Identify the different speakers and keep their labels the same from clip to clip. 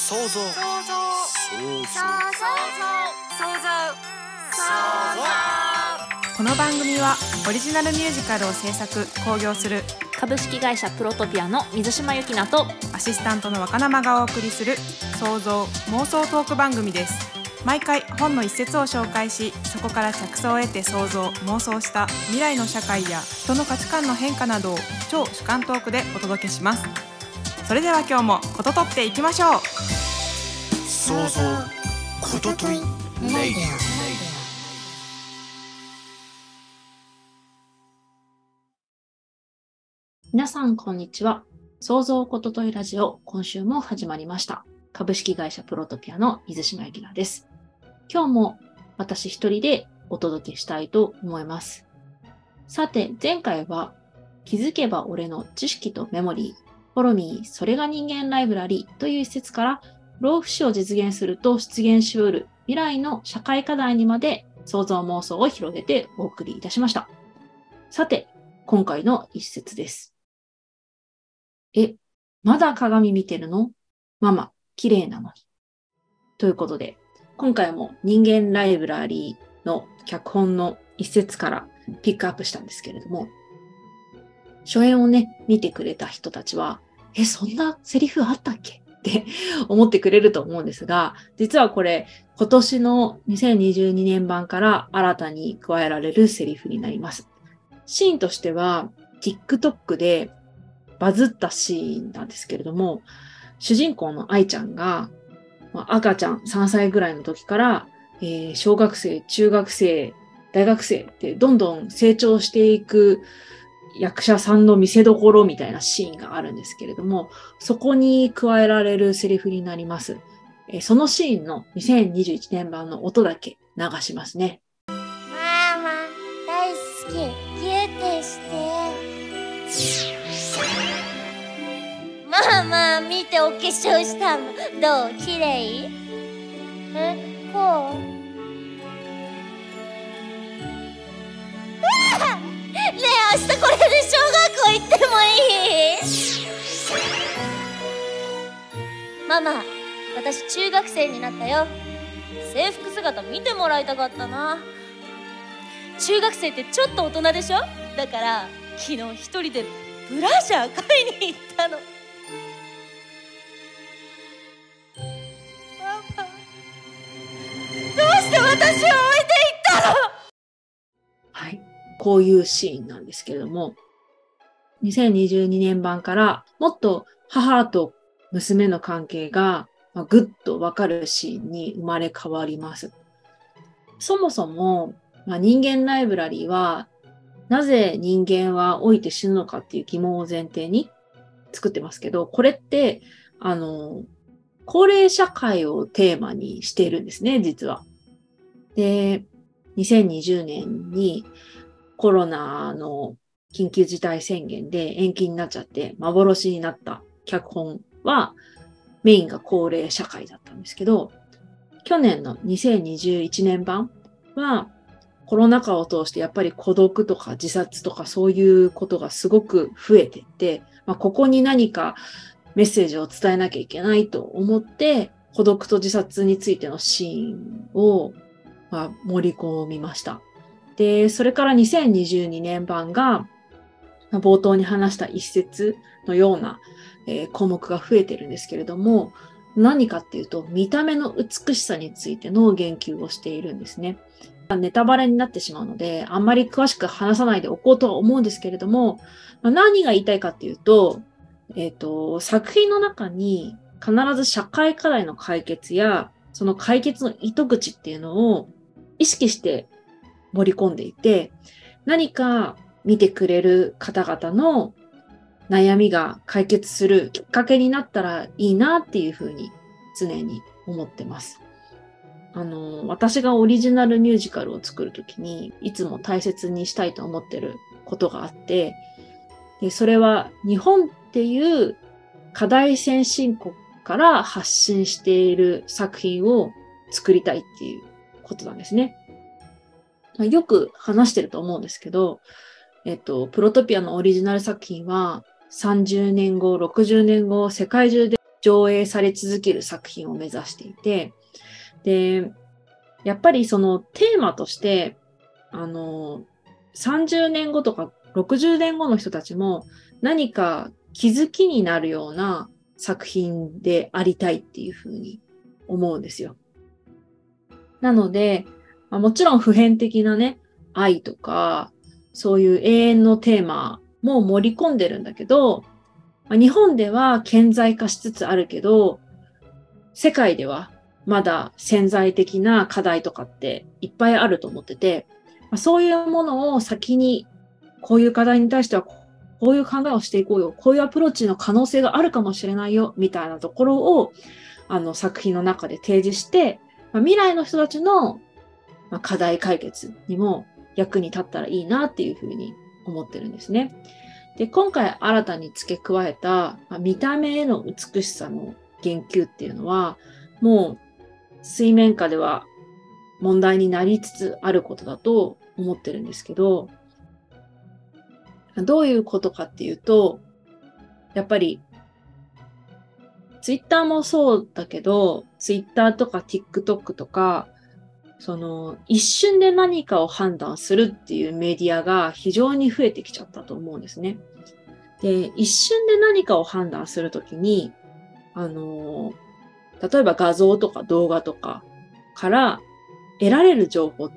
Speaker 1: 想像想像
Speaker 2: この番組はオリジナルミュージカルを制作・興行する
Speaker 3: 株式会社プロトピアの水島由紀奈と
Speaker 2: アシスタントの若生がお送りする想像・妄想トーク番組です。毎回本の一節を紹介し、そこから着想を得て想像・妄想した未来の社会や人の価値観の変化などを超主観トークでお届けします。それでは今日もこととっていきましょう。
Speaker 1: 想像ことといレイディオ。
Speaker 3: 皆さんこんにちは。想像ことといラジオ、今週も始まりました。株式会社プロトピアの水島由紀奈です。今日も私一人でお届けしたいと思います。さて、前回は気づけば俺の知識とメモリー、フォロミー、それが人間ライブラリーという一節から老不死を実現すると出現しうる未来の社会課題にまで想像妄想を広げてお送りいたしました。さて、今回の一節です。まだ鏡見てるの？ママ、綺麗なのに。ということで、今回も人間ライブラリーの脚本の一節からピックアップしたんですけれども、初演をね、見てくれた人たちは、そんなセリフあったっけって思ってくれると思うんですが、実はこれ、今年の2022年版から新たに加えられるセリフになります。シーンとしては、TikTok でバズったシーンなんですけれども、主人公の愛ちゃんが、赤ちゃん3歳ぐらいの時から、小学生、中学生、大学生ってどんどん成長していく役者さんの見せどころみたいなシーンがあるんですけれども、そこに加えられるセリフになります。そのシーンの2021年版の音だけ流しますね。
Speaker 4: ママ、大好き。ギュってして。ママ、見てお化粧したの。どう？綺麗？こう？ねえ、明日これで小学校行ってもいい？ママ、私中学生になったよ。制服姿見てもらいたかったな。中学生ってちょっと大人でしょ？だから昨日一人でブラジャー買いに行ったの。ママ、どうして私を置いていったの？
Speaker 3: はい。こういうシーンなんですけれども、2022年版からもっと母と娘の関係がぐっとわかるシーンに生まれ変わります。そもそも、人間ライブラリーはなぜ人間は老いて死ぬのかっていう疑問を前提に作ってますけど、これって高齢社会をテーマにしているんですね、実は。で、2020年にコロナの緊急事態宣言で延期になっちゃって幻になった脚本はメインが高齢社会だったんですけど、去年の2021年版はコロナ禍を通してやっぱり孤独とか自殺とかそういうことがすごく増えていって、ここに何かメッセージを伝えなきゃいけないと思って孤独と自殺についてのシーンを盛り込みました。で、それから2022年版が冒頭に話した一節のような項目が増えてるんですけれども、何かっていうと見た目の美しさについての言及をしているんですね。ネタバレになってしまうのであんまり詳しく話さないでおこうとは思うんですけれども、何が言いたいかっていうと、作品の中に必ず社会課題の解決やその解決の糸口っていうのを意識して盛り込んでいて、何か見てくれる方々の悩みが解決するきっかけになったらいいなっていうふうに常に思ってます。私がオリジナルミュージカルを作るときにいつも大切にしたいと思ってることがあって、でそれは日本っていう課題先進国から発信している作品を作りたいっていうことなんですね。よく話してると思うんですけど、プロトピアのオリジナル作品は30年後、60年後、世界中で上映され続ける作品を目指していて、で、やっぱりそのテーマとして、30年後とか60年後の人たちも何か気づきになるような作品でありたいっていうふうに思うんですよ。なので、もちろん普遍的なね、愛とか、そういう永遠のテーマも盛り込んでるんだけど、日本では顕在化しつつあるけど、世界ではまだ潜在的な課題とかっていっぱいあると思ってて、そういうものを先に、こういう課題に対してはこういう考えをしていこうよ、こういうアプローチの可能性があるかもしれないよ、みたいなところを作品の中で提示して、未来の人たちの課題解決にも役に立ったらいいなっていうふうに思ってるんですね。で、今回新たに付け加えた見た目への美しさの言及っていうのは、もう水面下では問題になりつつあることだと思ってるんですけど、どういうことかっていうと、やっぱりツイッターもそうだけど、ツイッターとか TikTok とか、一瞬で何かを判断するっていうメディアが非常に増えてきちゃったと思うんですね。で、一瞬で何かを判断するときに、例えば画像とか動画とかから得られる情報って、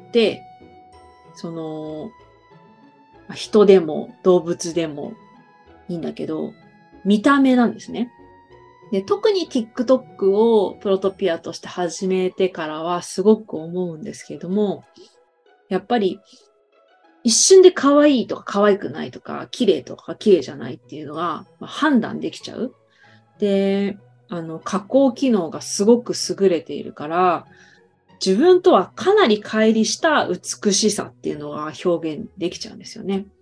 Speaker 3: 人でも動物でもいいんだけど、見た目なんですね。で、特に TikTok をプロトピアとして始めてからはすごく思うんですけれども、やっぱり一瞬で可愛いとか可愛くないとか、綺麗とか綺麗じゃないっていうのが判断できちゃう。で、加工機能がすごく優れているから、自分とはかなり乖離した美しさっていうのが表現できちゃうんですよね。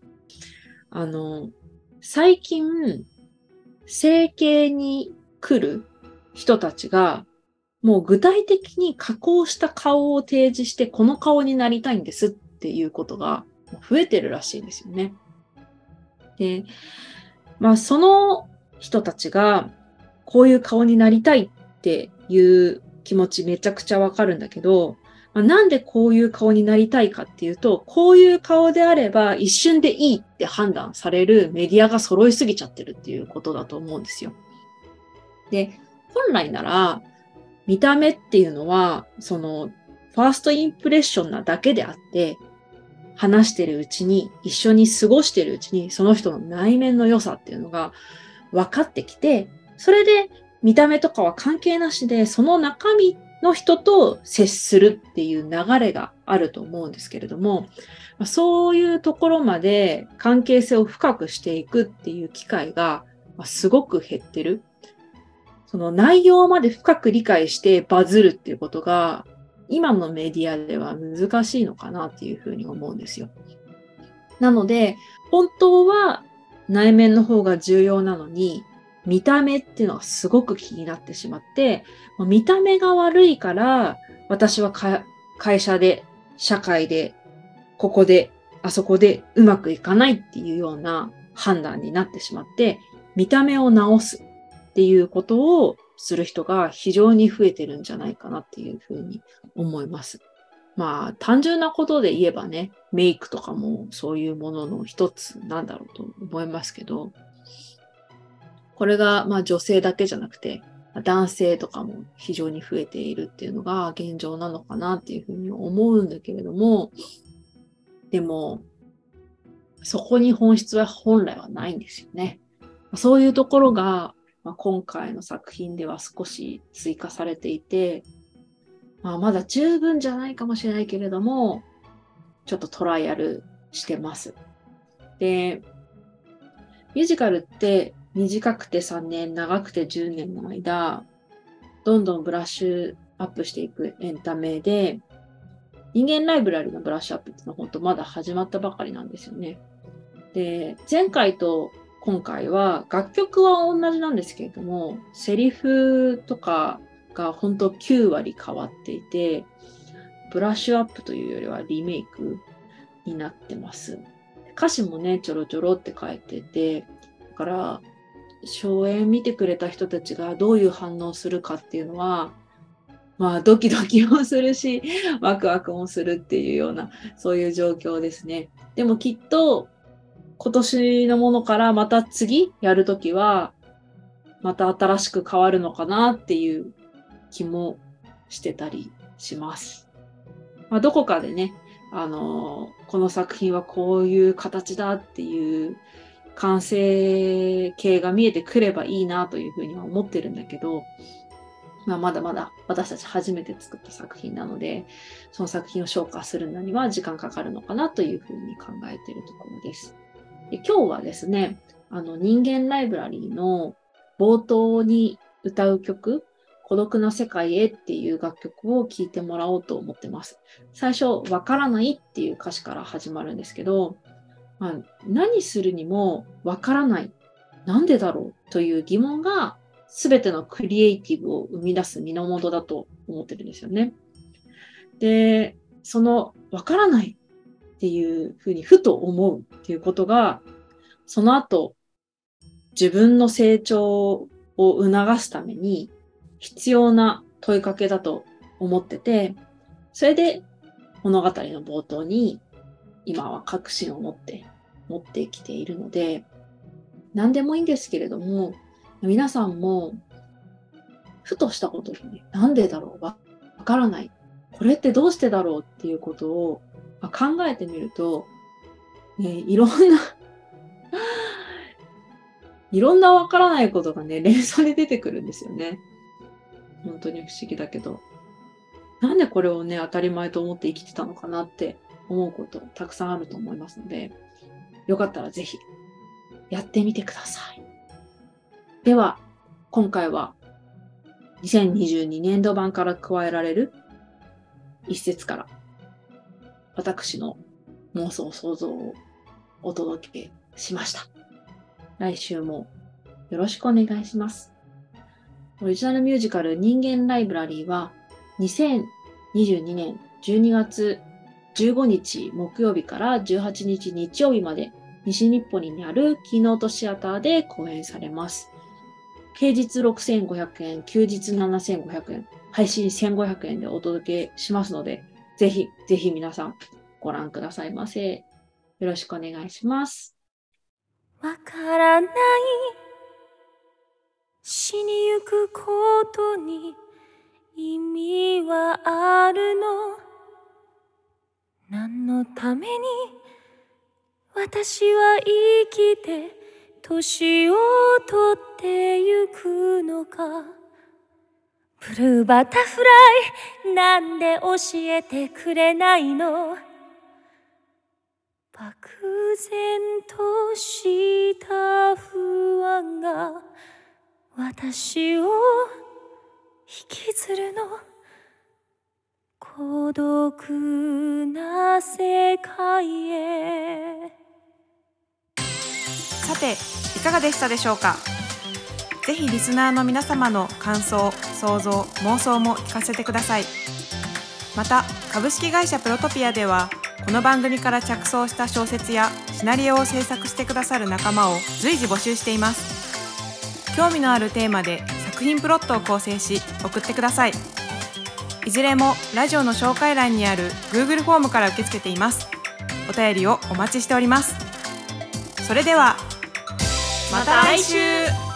Speaker 3: 最近、整形に来る人たちが、もう具体的に加工した顔を提示して、この顔になりたいんですっていうことが増えてるらしいんですよね。で、その人たちが、こういう顔になりたいっていう気持ちめちゃくちゃわかるんだけど、なんでこういう顔になりたいかっていうと、こういう顔であれば一瞬でいいって判断されるメディアが揃いすぎちゃってるっていうことだと思うんですよ。で、本来なら、見た目っていうのは、ファーストインプレッションなだけであって、話してるうちに、一緒に過ごしてるうちに、その人の内面の良さっていうのが分かってきて、それで見た目とかは関係なしで、その中身の人と接するっていう流れがあると思うんですけれども、そういうところまで関係性を深くしていくっていう機会がすごく減ってる。その内容まで深く理解してバズるっていうことが、今のメディアでは難しいのかなっていうふうに思うんですよ。なので、本当は内面の方が重要なのに、見た目っていうのがすごく気になってしまって、見た目が悪いから、私は会社で、社会で、ここで、あそこでうまくいかないっていうような判断になってしまって、見た目を直すっていうことをする人が非常に増えてるんじゃないかなっていうふうに思います。単純なことで言えばね、メイクとかもそういうものの一つなんだろうと思いますけど、これが女性だけじゃなくて、男性とかも非常に増えているっていうのが現状なのかなっていうふうに思うんだけれども、でも、そこに本質は本来はないんですよね。そういうところが、今回の作品では少し追加されていて、まだ十分じゃないかもしれないけれども、ちょっとトライアルしてます。で、ミュージカルって短くて3年、長くて10年の間、どんどんブラッシュアップしていくエンタメで、人間ライブラリのブラッシュアップっていうのは本当まだ始まったばかりなんですよね。で、前回と今回は楽曲は同じなんですけれども、セリフとかが本当9割変わっていて、ブラッシュアップというよりはリメイクになってます。歌詞もね、ちょろちょろって変えてて、だから、 初演見てくれた人たちがどういう反応するかっていうのは、まあドキドキもするし、ワクワクもするっていうような、そういう状況ですね。でもきっと今年のものからまた次やるときは、また新しく変わるのかなっていう気もしてたりします。まあ、どこかでね、この作品はこういう形だっていう完成形が見えてくればいいなというふうには思ってるんだけど、まあ、まだまだ私たち初めて作った作品なので、その作品を消化するのには時間かかるのかなというふうに考えているところです。で、今日はですね、人間ライブラリーの冒頭に歌う曲、孤独な世界へっていう楽曲を聴いてもらおうと思ってます。最初、わからないっていう歌詞から始まるんですけど、何するにもわからない。なんでだろうという疑問が全てのクリエイティブを生み出す源だと思ってるんですよね。で、そのわからないっていうふうにふと思うっていうことが、その後、自分の成長を促すために必要な問いかけだと思ってて、それで物語の冒頭に今は確信を持ってきているので、何でもいいんですけれども、皆さんもふとしたことにね、なんでだろう、わからない。これってどうしてだろうっていうことを考えてみると、ね、いろんなわからないことがね、連想で出てくるんですよね。本当に不思議だけど。なんでこれをね、当たり前と思って生きてたのかなって思うことたくさんあると思いますので、よかったらぜひやってみてください。では、今回は2022年度版から加えられる一節から私の妄想想像をお届けしました。来週もよろしくお願いします。オリジナルミュージカル人間ライブラリーは2022年12月15日木曜日から18日日曜日まで西日暮里にあるキーノートシアターで公演されます。平日6500円、休日7500円、配信1500円でお届けしますので、ぜひぜひ皆さんご覧くださいませ。よろしくお願いします。
Speaker 4: わからない死にゆくことに意味はあるの？何のために私は生きて年を取ってゆくのか？ブルーバタフライなんで教えてくれないの？漠然とした不安が私を引きずるの。孤独な世界へ。
Speaker 2: さて、いかがでしたでしょうか。ぜひリスナーの皆様の感想、想像、妄想も聞かせてください。また、株式会社プロトピアでは、この番組から着想した小説やシナリオを制作してくださる仲間を随時募集しています。興味のあるテーマで作品プロットを構成し送ってください。いずれもラジオの紹介欄にある Google フォームから受け付けています。お便りをお待ちしております。それではまた来週。